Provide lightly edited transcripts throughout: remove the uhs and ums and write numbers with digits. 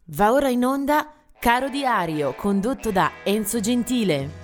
Va ora in onda Caro Diario, condotto da Enzo Gentile.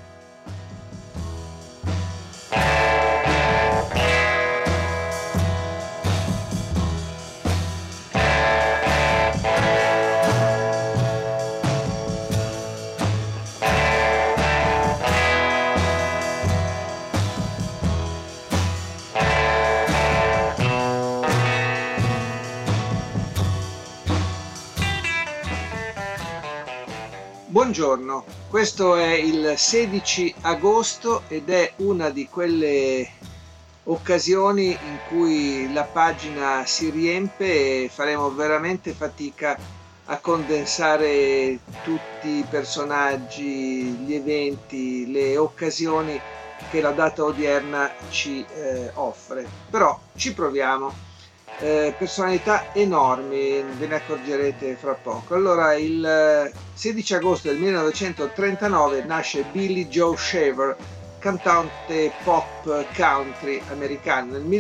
Buongiorno, questo è il 16 agosto ed è una di quelle occasioni in cui la pagina si riempie e faremo veramente fatica a condensare tutti i personaggi, gli eventi, le occasioni che la data odierna ci offre. Però ci proviamo. Personalità enormi, ve ne accorgerete fra poco. Allora, il 16 agosto del 1939 nasce Billy Joe Shaver, cantante pop country americano. Nel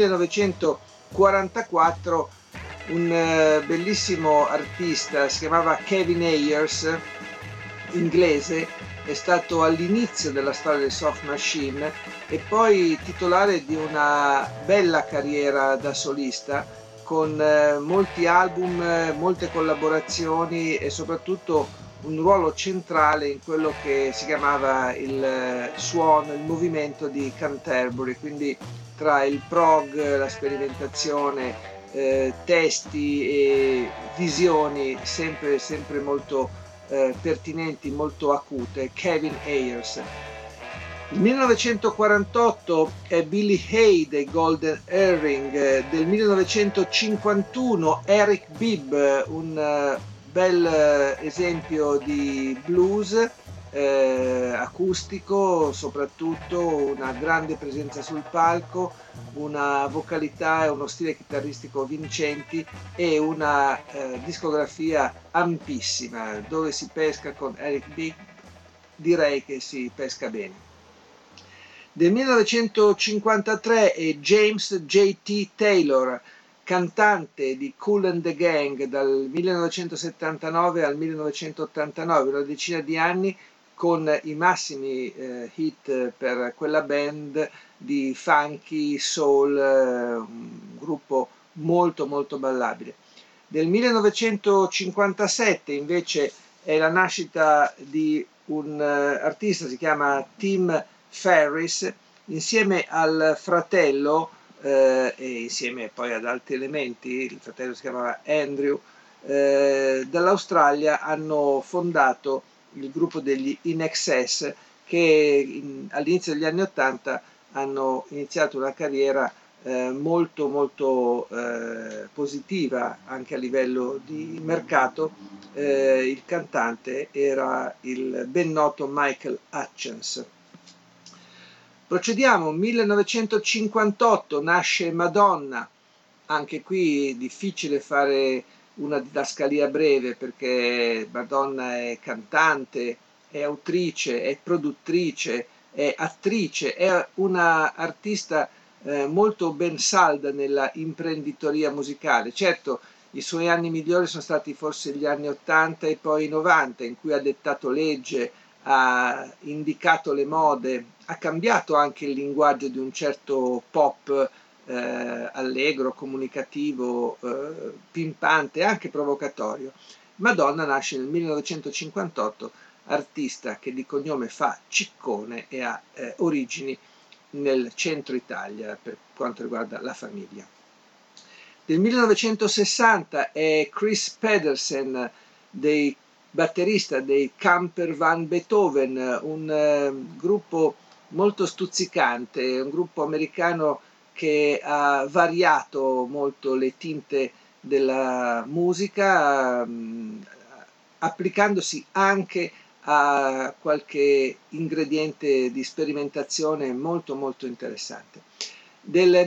1944 un bellissimo artista, si chiamava Kevin Ayers, inglese, è stato all'inizio della storia del soft machine e poi titolare di una bella carriera da solista con molti album, molte collaborazioni e soprattutto un ruolo centrale in quello che si chiamava il suono, il movimento di Canterbury, quindi tra il prog, la sperimentazione, testi e visioni sempre molto pertinenti, molto acute. Kevin Ayers. Il 1948 è Billy Hay dei Golden Earring, del 1951 Eric Bibb, un bel esempio di blues acustico, soprattutto una grande presenza sul palco, una vocalità e uno stile chitarristico vincenti e una discografia ampissima. Dove si pesca con Eric Bibb direi che si pesca bene. Del 1953 è James J.T. Taylor, cantante di Kool and the Gang dal 1979 al 1989, una decina di anni con i massimi hit per quella band di funky, soul, un gruppo molto ballabile. Del 1957 invece è la nascita di un artista, si chiama Tim Ferris, insieme al fratello e insieme poi ad altri elementi, il fratello si chiamava Andrew, dall'Australia hanno fondato il gruppo degli In Excess che all'inizio degli anni '80 hanno iniziato una carriera molto positiva anche a livello di mercato. Il cantante era il ben noto Michael Hutchence. Procediamo, 1958 nasce Madonna, anche qui difficile fare una didascalia breve perché Madonna è cantante, è autrice, è produttrice, è attrice, è una artista molto ben salda nella imprenditoria musicale. Certo, i suoi anni migliori sono stati forse gli anni 80 e poi i 90 in cui ha dettato legge, ha indicato le mode, ha cambiato anche il linguaggio di un certo pop allegro, comunicativo, pimpante, anche provocatorio. Madonna nasce nel 1958, artista che di cognome fa Ciccone e ha origini nel centro Italia per quanto riguarda la famiglia. Del 1960 è Chris Pedersen, batterista dei Camper Van Beethoven, un gruppo molto stuzzicante, un gruppo americano che ha variato molto le tinte della musica, applicandosi anche a qualche ingrediente di sperimentazione molto interessante. Del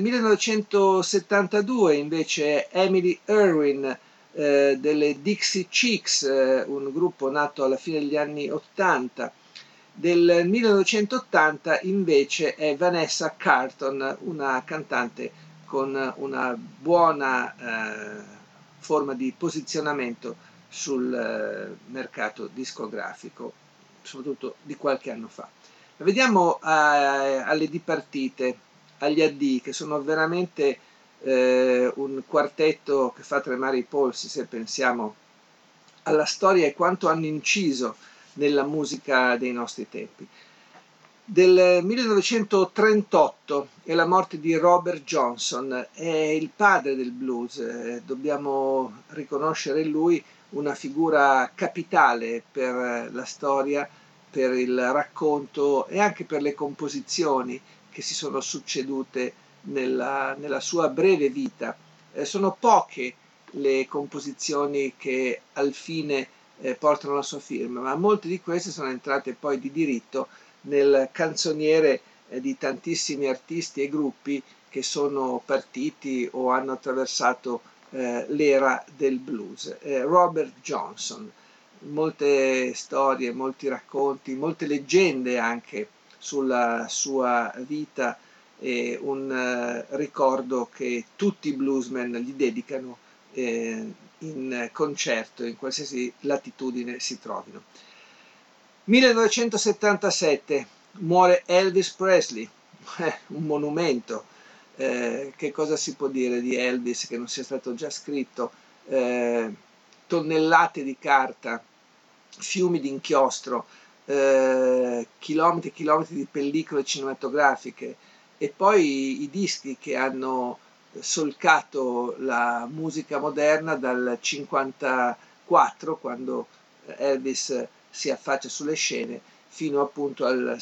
1972 invece Emily Irwin delle Dixie Chicks, un gruppo nato alla fine degli anni 80. Del 1980 invece è Vanessa Carlton, una cantante con una buona forma di posizionamento sul mercato discografico, soprattutto di qualche anno fa. Vediamo alle dipartite, agli addii, che sono veramente un quartetto che fa tremare i polsi se pensiamo alla storia e quanto hanno inciso nella musica dei nostri tempi. Del 1938 è la morte di Robert Johnson, è il padre del blues, dobbiamo riconoscere in lui una figura capitale per la storia, per il racconto e anche per le composizioni che si sono succedute nella sua breve vita. Sono poche le composizioni che al fine portano la sua firma, ma molte di queste sono entrate poi di diritto nel canzoniere di tantissimi artisti e gruppi che sono partiti o hanno attraversato l'era del blues. Robert Johnson, molte storie, molti racconti, molte leggende anche sulla sua vita e un ricordo che tutti i bluesmen gli dedicano in concerto, in qualsiasi latitudine si trovino. 1977 muore Elvis Presley, un monumento. Che cosa si può dire di Elvis che non sia stato già scritto? Tonnellate di carta, fiumi di inchiostro, chilometri e chilometri di pellicole cinematografiche e poi i dischi che hanno solcato la musica moderna dal 1954, quando Elvis si affaccia sulle scene, fino appunto al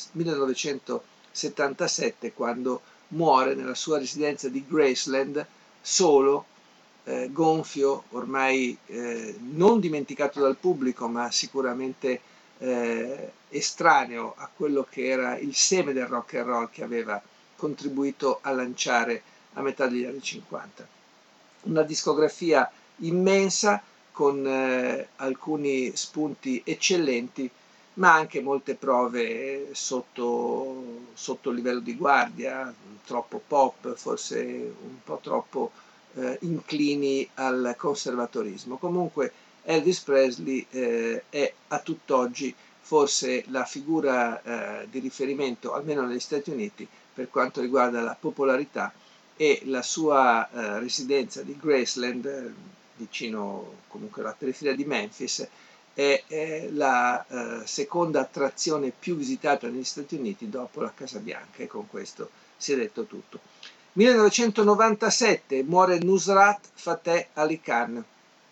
1977, quando muore nella sua residenza di Graceland, solo, gonfio, ormai non dimenticato dal pubblico, ma sicuramente estraneo a quello che era il seme del rock and roll che aveva contribuito a lanciare a metà degli anni 50. Una discografia immensa con alcuni spunti eccellenti, ma anche molte prove sotto il livello di guardia, troppo pop, forse un po' troppo inclini al conservatorismo. Comunque Elvis Presley è a tutt'oggi forse la figura di riferimento, almeno negli Stati Uniti, per quanto riguarda la popolarità, e la sua residenza di Graceland, vicino comunque alla periferia di Memphis, è la seconda attrazione più visitata negli Stati Uniti dopo la Casa Bianca, e con questo si è detto tutto. 1997 muore Nusrat Fateh Ali Khan,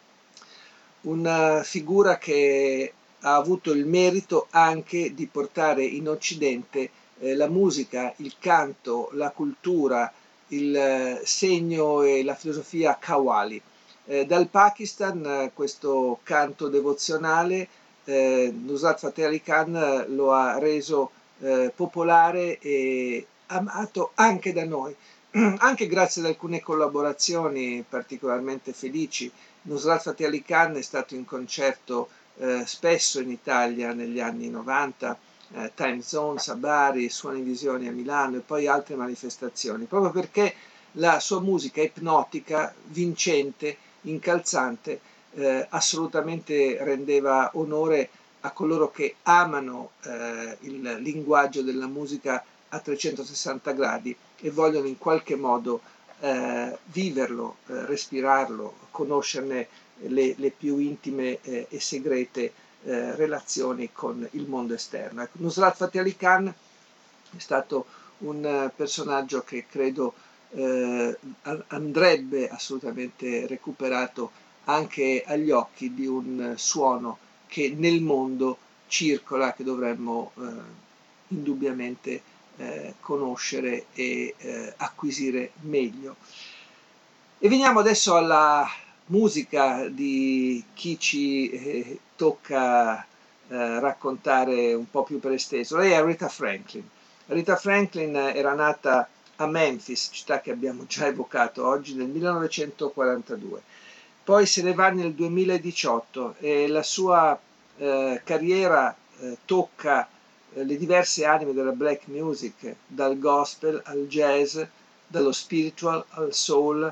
una figura che ha avuto il merito anche di portare in Occidente la musica, il canto, la cultura, il segno e la filosofia Qawwali. Dal Pakistan questo canto devozionale Nusrat Fateh Ali Khan lo ha reso popolare e amato anche da noi, anche grazie ad alcune collaborazioni particolarmente felici. Nusrat Fateh Ali Khan è stato in concerto spesso in Italia negli anni 90, Time Zones a Bari, Suoni Visioni a Milano e poi altre manifestazioni, proprio perché la sua musica ipnotica, vincente, incalzante, assolutamente rendeva onore a coloro che amano il linguaggio della musica a 360 gradi e vogliono in qualche modo viverlo, respirarlo, conoscerne le più intime e segrete relazioni con il mondo esterno. Ecco, Nusrat Fateh Ali Khan è stato un personaggio che credo andrebbe assolutamente recuperato anche agli occhi di un suono che nel mondo circola, che dovremmo indubbiamente conoscere e acquisire meglio. E veniamo adesso alla musica di chi ci tocca raccontare un po' più per esteso. Lei è Rita Franklin. Rita Franklin era nata a Memphis, città che abbiamo già evocato oggi, nel 1942. Poi se ne va nel 2018 e la sua carriera tocca le diverse anime della black music, dal gospel al jazz, dallo spiritual al soul,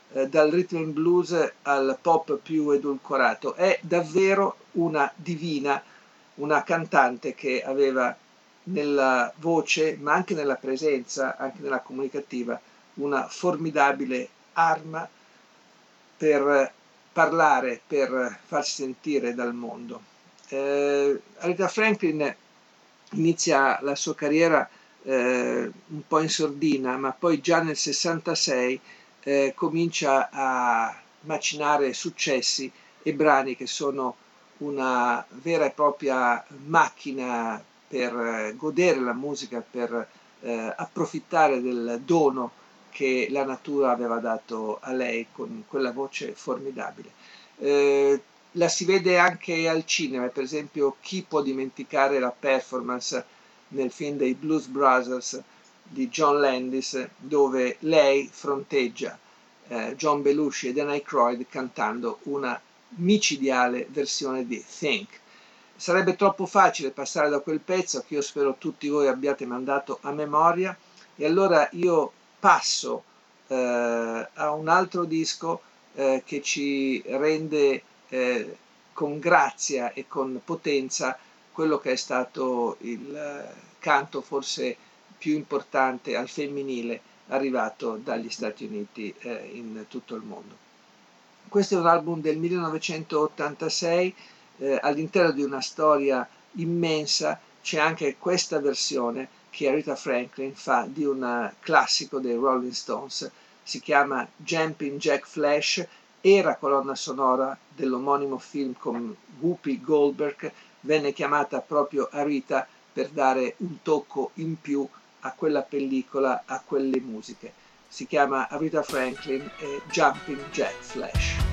dal rhythm and blues al pop più edulcorato. È davvero una divina, una cantante che aveva nella voce, ma anche nella presenza, anche nella comunicativa, una formidabile arma per parlare, per farsi sentire dal mondo. Aretha Franklin inizia la sua carriera un po' in sordina, ma poi già nel 66 comincia a macinare successi e brani che sono una vera e propria macchina per godere la musica, per approfittare del dono che la natura aveva dato a lei con quella voce formidabile. La si vede anche al cinema, per esempio chi può dimenticare la performance nel film dei Blues Brothers di John Landis, dove lei fronteggia John Belushi e Dan Aykroyd cantando una micidiale versione di Think. Sarebbe troppo facile passare da quel pezzo che io spero tutti voi abbiate mandato a memoria, e allora io passo a un altro disco che ci rende con grazia e con potenza quello che è stato il canto forse più importante al femminile arrivato dagli Stati Uniti in tutto il mondo. Questo è un album del 1986, all'interno di una storia immensa c'è anche questa versione che Aretha Franklin fa di un classico dei Rolling Stones, si chiama Jumping Jack Flash, era colonna sonora dell'omonimo film con Whoopi Goldberg, venne chiamata proprio Aretha per dare un tocco in più a quella pellicola, a quelle musiche. Si chiama Aretha Franklin e Jumping Jack Flash.